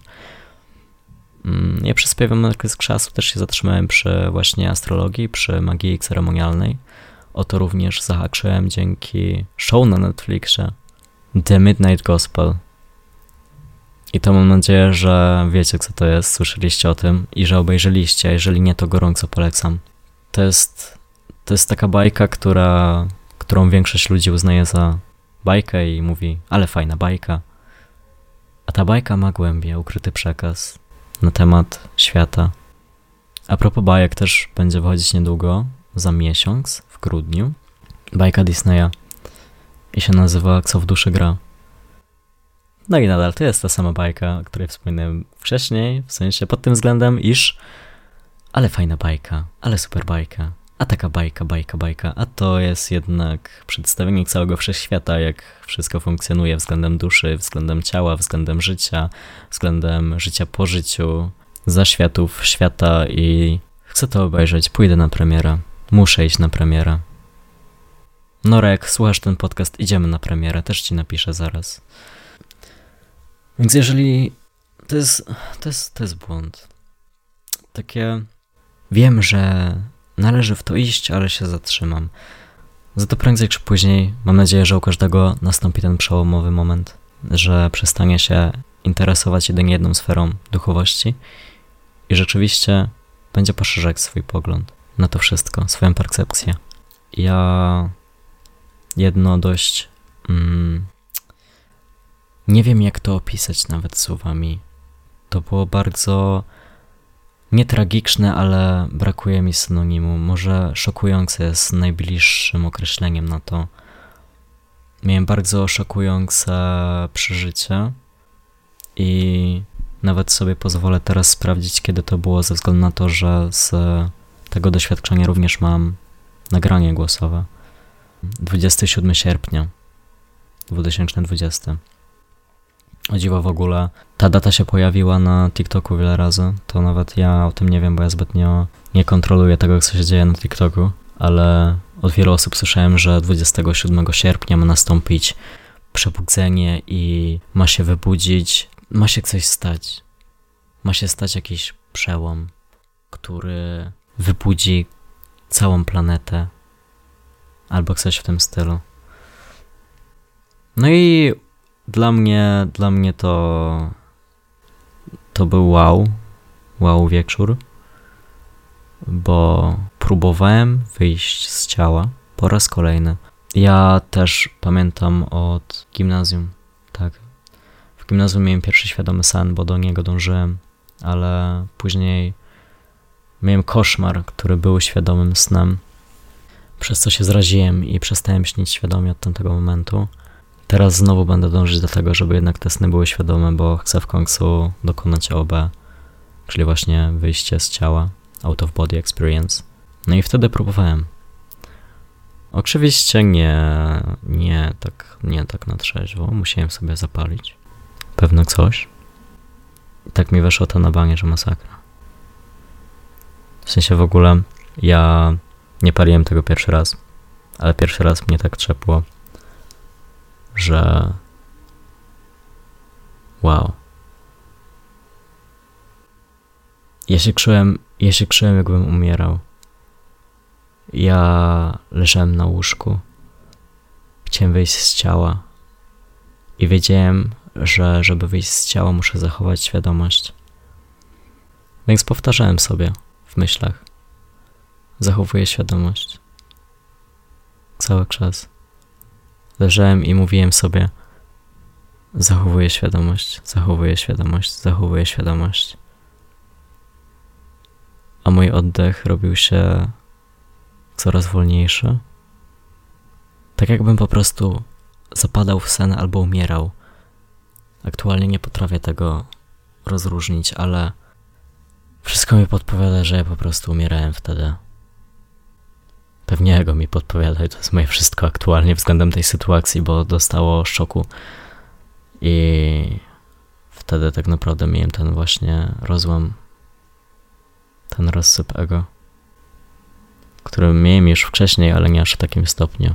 Ja przez pewien okres czasu też się zatrzymałem przy właśnie astrologii, przy magii ceremonialnej. O to również zahaczyłem dzięki show na Netflixie The Midnight Gospel. I to mam nadzieję, że wiecie, co to jest, słyszeliście o tym i że obejrzeliście, a jeżeli nie, to gorąco polecam. To jest taka bajka, którą większość ludzi uznaje za bajkę i mówi: ale fajna bajka. A ta bajka ma głębię, ukryty przekaz na temat świata. A propos bajek, też będzie wychodzić niedługo, za miesiąc, w grudniu, bajka Disneya i się nazywa Co w duszy gra. No i nadal to jest ta sama bajka, o której wspominałem wcześniej, w sensie pod tym względem, iż ale fajna bajka, ale super bajka, a taka bajka, a to jest jednak przedstawienie całego wszechświata, jak wszystko funkcjonuje względem duszy, względem ciała, względem życia po życiu, zaświatów świata i chcę to obejrzeć, pójdę na premierę, muszę iść na premierę. Nora, jak słuchasz ten podcast, idziemy na premierę, też ci napiszę zaraz. Więc jeżeli... To jest błąd. Takie... Wiem, że należy w to iść, ale się zatrzymam. Za to prędzej czy później, mam nadzieję, że u każdego nastąpi ten przełomowy moment, że przestanie się interesować jedynie jedną sferą duchowości i rzeczywiście będzie poszerzać swój pogląd na to wszystko, swoją percepcję. Ja jedno dość... nie wiem, jak to opisać nawet słowami. To było bardzo nie tragiczne, ale brakuje mi synonimu. Może szokujące jest najbliższym określeniem na to. miałem bardzo szokujące przeżycie i nawet sobie pozwolę teraz sprawdzić, kiedy to było, ze względu na to, że z tego doświadczenia również mam nagranie głosowe. 27 sierpnia 2020. O dziwo w ogóle ta data się pojawiła na TikToku wiele razy, to nawet ja o tym nie wiem, bo ja zbytnio nie kontroluję tego, co się dzieje na TikToku, ale od wielu osób słyszałem, że 27 sierpnia ma nastąpić przebudzenie i ma się wybudzić, ma się coś stać. Ma się stać jakiś przełom, który wybudzi całą planetę albo coś w tym stylu. No i dla mnie to był wow wieczór, bo próbowałem wyjść z ciała po raz kolejny. Ja też pamiętam od gimnazjum, tak. W gimnazjum miałem pierwszy świadomy sen, bo do niego dążyłem, ale później miałem koszmar, który był świadomym snem, przez co się zraziłem i przestałem śnić świadomie od tamtego momentu. Teraz znowu będę dążyć do tego, żeby jednak te sny były świadome, bo chcę w końcu dokonać OB, czyli właśnie wyjście z ciała, out of body experience. No i wtedy próbowałem. Oczywiście nie tak na trzeźwo, musiałem sobie zapalić pewno coś. I tak mi weszło to na banie, że masakra. W sensie w ogóle ja nie paliłem tego pierwszy raz, ale pierwszy raz mnie tak trzepło, że wow. Ja się czułem jakbym umierał. Ja leżałem na łóżku, chciałem wyjść z ciała i wiedziałem, że żeby wyjść z ciała muszę zachować świadomość. Więc powtarzałem sobie w myślach: zachowuję świadomość. Cały czas. Leżałem i mówiłem sobie: zachowuję świadomość, zachowuję świadomość, zachowuję świadomość. A mój oddech robił się coraz wolniejszy. Tak jakbym po prostu zapadał w sen albo umierał. Aktualnie nie potrafię tego rozróżnić, ale wszystko mi podpowiada, że ja po prostu umierałem wtedy. Pewnie ego mi podpowiada i to jest moje wszystko aktualnie względem tej sytuacji, bo dostało szoku i wtedy tak naprawdę miałem ten właśnie rozłam, ten rozsyp ego, który miałem już wcześniej, ale nie aż w takim stopniu.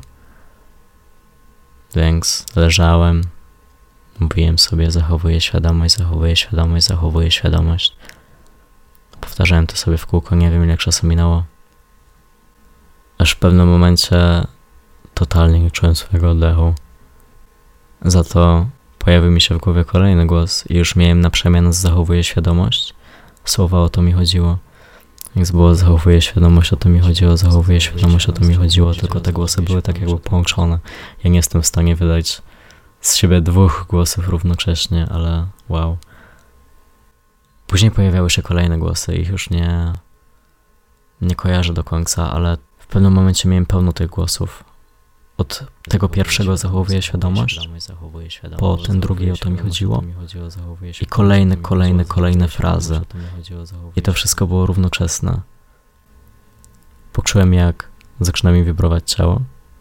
Więc leżałem, mówiłem sobie: zachowuję świadomość, zachowuję świadomość, zachowuję świadomość. Powtarzałem to sobie w kółko, nie wiem ile czasu minęło. Aż w pewnym momencie totalnie nie czułem swojego oddechu. Za to pojawił mi się w głowie kolejny głos i już miałem na przemian z zachowuję świadomość. Słowa o to mi chodziło. Więc było zachowuję świadomość, o to mi chodziło, zachowuję świadomość, o to mi chodziło, tylko te głosy były tak jakby połączone. Ja nie jestem w stanie wydać z siebie dwóch głosów równocześnie, ale wow. Później pojawiały się kolejne głosy, ich już nie kojarzę do końca, ale w pewnym momencie miałem pełno tych głosów. Od tego pierwszego zachowuję świadomość, po ten drugi o to mi chodziło i kolejne frazy. I to wszystko było równoczesne. Poczułem, jak zaczyna mi wibrować ciało.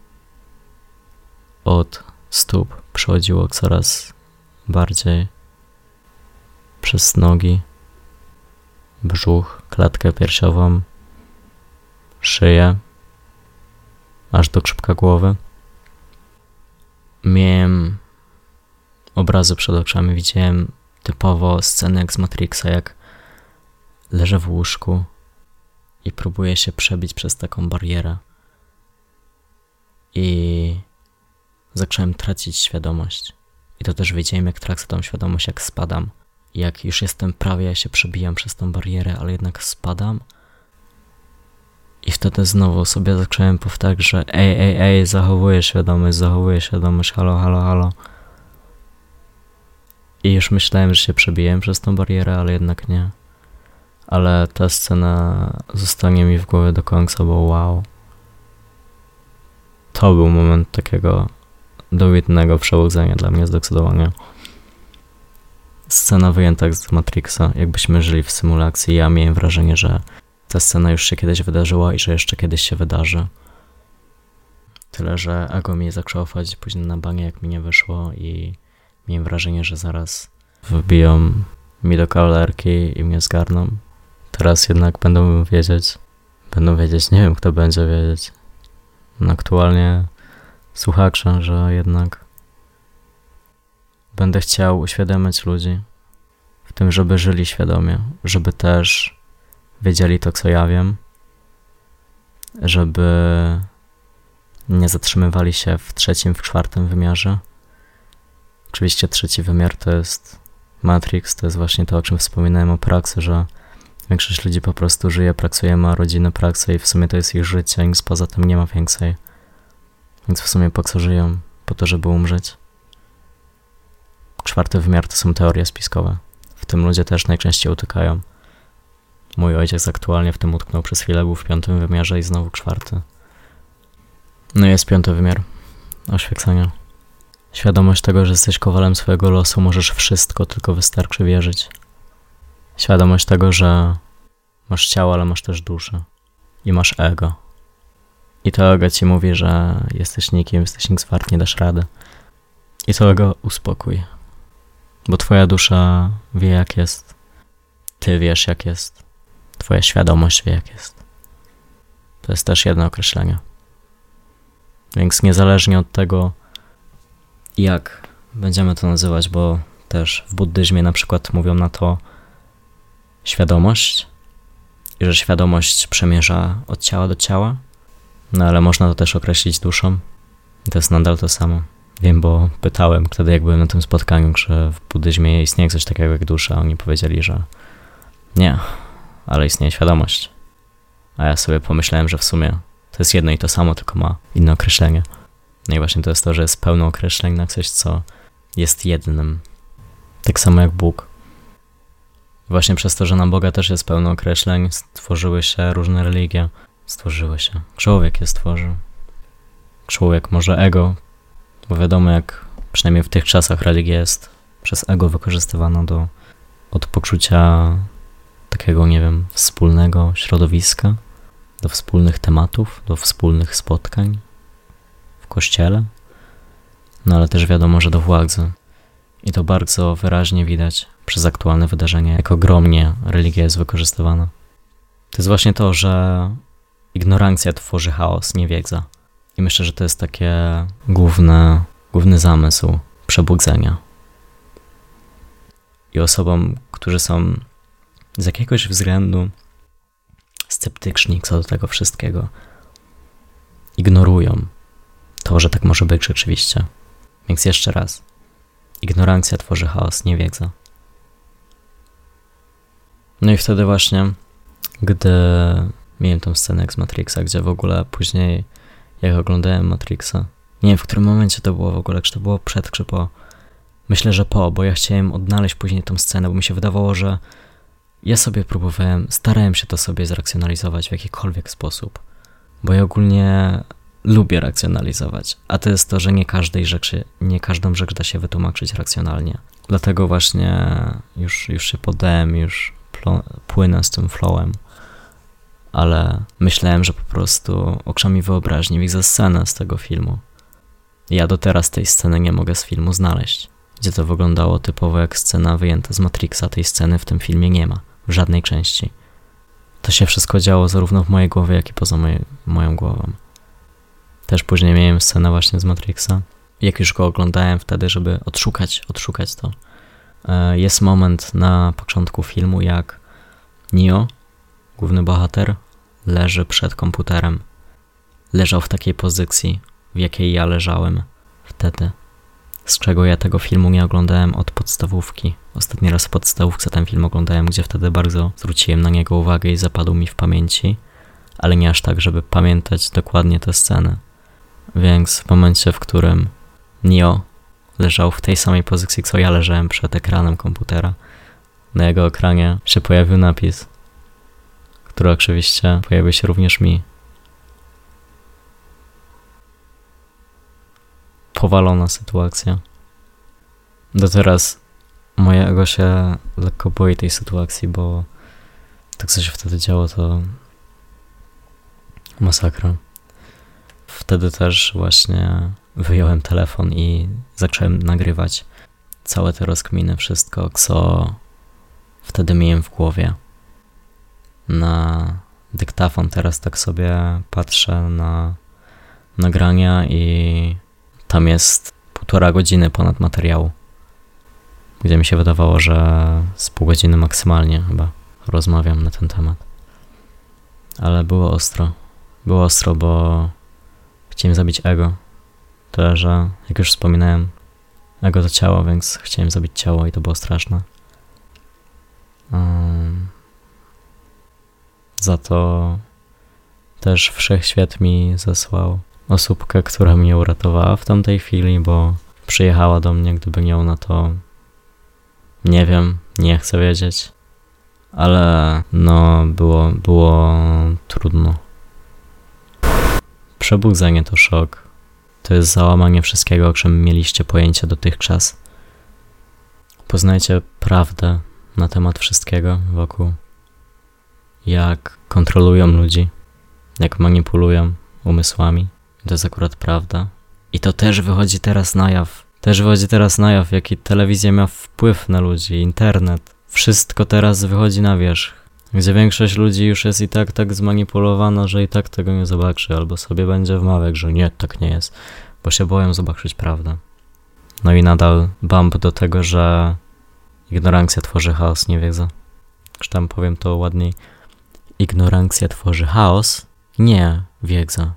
Od stóp przechodziło coraz bardziej przez nogi, brzuch, klatkę piersiową, szyję, aż do czubka głowy. Miałem obrazy przed oczami, widziałem typowo sceny jak z Matrixa, jak leżę w łóżku i próbuję się przebić przez taką barierę. I zacząłem tracić świadomość. I to też wiedziałem, jak tracę tą świadomość, jak spadam. Jak już jestem prawie, ja się przebijam przez tą barierę, ale jednak spadam. I wtedy znowu sobie zacząłem powtarzać, że ej, zachowuję świadomość, halo. I już myślałem, że się przebiłem przez tą barierę, ale jednak nie. Ale ta scena zostanie mi w głowie do końca, bo wow. To był moment takiego dobitnego przebudzenia dla mnie zdecydowanie. Scena wyjęta z Matrixa, jakbyśmy żyli w symulacji. Ja miałem wrażenie, że ta scena już się kiedyś wydarzyła i że jeszcze kiedyś się wydarzy. Tyle, że ego mnie zaczęło wchodzić później na banie, jak mi nie wyszło i miałem wrażenie, że zaraz wbiją mi do kawalerki i mnie zgarną. Teraz jednak będą wiedzieć, nie wiem kto będzie wiedzieć. No aktualnie słuchacze, że jednak będę chciał uświadamiać ludzi w tym, żeby żyli świadomie, żeby też wiedzieli to, co ja wiem, żeby nie zatrzymywali się w trzecim, w czwartym wymiarze. Oczywiście trzeci wymiar to jest Matrix, to jest właśnie to, o czym wspominałem o praksy, że większość ludzi po prostu żyje, praksuje, ma rodzinę, praksę i w sumie to jest ich życie, nic poza tym nie ma więcej. Więc w sumie po co żyją? Po to, żeby umrzeć. Czwarty wymiar to są teorie spiskowe. W tym ludzie też najczęściej utykają. Mój ojciec aktualnie w tym utknął przez chwilę, był w piątym wymiarze i znowu czwarty. No i jest piąty wymiar. Oświecenia. Świadomość tego, że jesteś kowalem swojego losu, możesz wszystko, tylko wystarczy wierzyć. Świadomość tego, że masz ciało, ale masz też duszę. I masz ego. I to ego ci mówi, że jesteś nikim, jesteś nic wart, nie dasz rady. I to ego uspokój. Bo twoja dusza wie jak jest. Ty wiesz jak jest. Twoja świadomość wie jak jest. To jest też jedno określenie. Więc niezależnie od tego, jak będziemy to nazywać, bo też w buddyzmie na przykład mówią na to świadomość i że świadomość przemierza od ciała do ciała, no ale można to też określić duszą i to jest nadal to samo. Wiem, bo pytałem wtedy, jak byłem na tym spotkaniu, że w buddyzmie istnieje coś takiego jak dusza. Oni powiedzieli, że nie, ale istnieje świadomość. A ja sobie pomyślałem, że w sumie to jest jedno i to samo, tylko ma inne określenie. No i właśnie to jest to, że jest pełno określeń na coś, co jest jednym. Tak samo jak Bóg. Właśnie przez to, że na Boga też jest pełno określeń, stworzyły się różne religie. Stworzyły się. Człowiek je stworzył. Człowiek, może ego, bo wiadomo jak przynajmniej w tych czasach religia jest przez ego wykorzystywana od poczucia takiego, nie wiem, wspólnego środowiska, do wspólnych tematów, do wspólnych spotkań w kościele, no ale też wiadomo, że do władzy. I to bardzo wyraźnie widać przez aktualne wydarzenia, jak ogromnie religia jest wykorzystywana. To jest właśnie to, że ignorancja tworzy chaos, nie wiedza. I myślę, że to jest takie główny zamysł przebudzenia. I osobom, którzy są z jakiegoś względu sceptyczni co do tego wszystkiego, ignorują to, że tak może być rzeczywiście. Więc jeszcze raz. Ignorancja tworzy chaos, nie wiedza. No i wtedy właśnie, gdy miałem tą scenę z Matrixa, gdzie w ogóle później, jak oglądałem Matrixa, nie wiem w którym momencie to było w ogóle, czy to było przed, czy po. Myślę, że po, bo ja chciałem odnaleźć później tą scenę, bo mi się wydawało, że ja sobie starałem się to sobie zracjonalizować w jakikolwiek sposób. Bo ja ogólnie lubię racjonalizować, a to jest to, że nie każdą rzecz da się wytłumaczyć racjonalnie. Dlatego właśnie już się poddałem, już płynę z tym flowem. Ale myślałem, że po prostu okrza mi wyobraźnię, widzę scenę z tego filmu. Ja do teraz tej sceny nie mogę z filmu znaleźć. Gdzie to wyglądało typowo jak scena wyjęta z Matrixa, tej sceny w tym filmie nie ma. W żadnej części. To się wszystko działo zarówno w mojej głowie, jak i poza moją głową. Też później miałem scenę właśnie z Matrixa. Jak już go oglądałem wtedy, żeby odszukać to. Jest moment na początku filmu, jak Neo, główny bohater, leży przed komputerem. Leżał w takiej pozycji, w jakiej ja leżałem wtedy. Z czego ja tego filmu nie oglądałem od podstawówki. Ostatni raz w podstawówce ten film oglądałem, gdzie wtedy bardzo zwróciłem na niego uwagę i zapadł mi w pamięci, ale nie aż tak, żeby pamiętać dokładnie tę scenę. Więc w momencie, w którym Neo leżał w tej samej pozycji, co ja leżałem przed ekranem komputera, na jego ekranie się pojawił napis, który oczywiście pojawił się również mi. powalona sytuacja. Do teraz moje ego się lekko boi tej sytuacji, bo to, co się wtedy działo, to masakra. Wtedy też właśnie wyjąłem telefon i zacząłem nagrywać całe te rozkminy, wszystko, co wtedy miałem w głowie. Na dyktafon teraz tak sobie patrzę na nagrania i tam jest 1,5 godziny ponad materiału, gdzie mi się wydawało, że z pół godziny maksymalnie chyba rozmawiam na ten temat. Ale było ostro. Było ostro, bo chciałem zabić ego. Tyle, że jak już wspominałem, ego to ciało, więc chciałem zabić ciało i to było straszne. Za to też Wszechświat mi zesłał osóbkę, która mnie uratowała w tamtej chwili, bo przyjechała do mnie, gdyby nie ona, to nie wiem, nie chcę wiedzieć, ale no było trudno. Przebudzenie to szok. To jest załamanie wszystkiego, o czym mieliście pojęcie dotychczas. Poznajcie prawdę na temat wszystkiego wokół. Jak kontrolują ludzi, jak manipulują umysłami. To jest akurat prawda. I to też wychodzi teraz na jaw. Jaki telewizja ma wpływ na ludzi, internet. Wszystko teraz wychodzi na wierzch. Gdzie większość ludzi już jest i tak zmanipulowana, że i tak tego nie zobaczy. Albo sobie będzie wmawiać, że nie, tak nie jest. Bo się boją zobaczyć prawdę. No i nadal bump do tego, że ignorancja tworzy chaos, nie wiedza. Już tam powiem to ładniej. Ignorancja tworzy chaos, nie wiedza.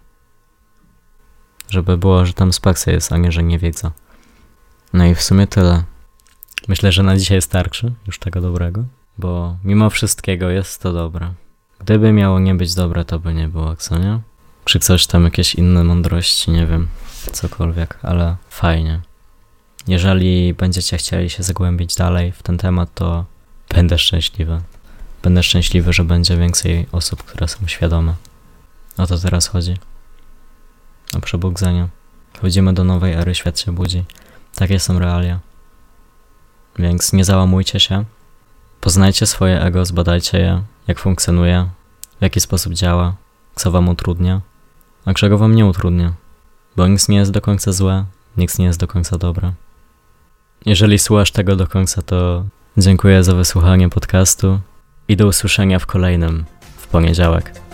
Żeby było, że tam spacja jest, a nie, że nie wiedza. No i w sumie tyle. Myślę, że na dzisiaj starczy już tego dobrego, bo mimo wszystkiego jest to dobre. Gdyby miało nie być dobre, to by nie było, co nie? Czy coś tam, jakieś inne mądrości, nie wiem, cokolwiek, ale fajnie. Jeżeli będziecie chcieli się zagłębić dalej w ten temat, to będę szczęśliwy. Będę szczęśliwy, że będzie więcej osób, które są świadome. O to teraz chodzi. O przebudzenie. Wchodzimy do nowej ery, świat się budzi. Takie są realia. Więc nie załamujcie się. Poznajcie swoje ego, zbadajcie je, jak funkcjonuje, w jaki sposób działa, co wam utrudnia, a czego wam nie utrudnia. Bo nic nie jest do końca złe, nic nie jest do końca dobre. Jeżeli słuchasz tego do końca, to dziękuję za wysłuchanie podcastu i do usłyszenia w kolejnym, w poniedziałek.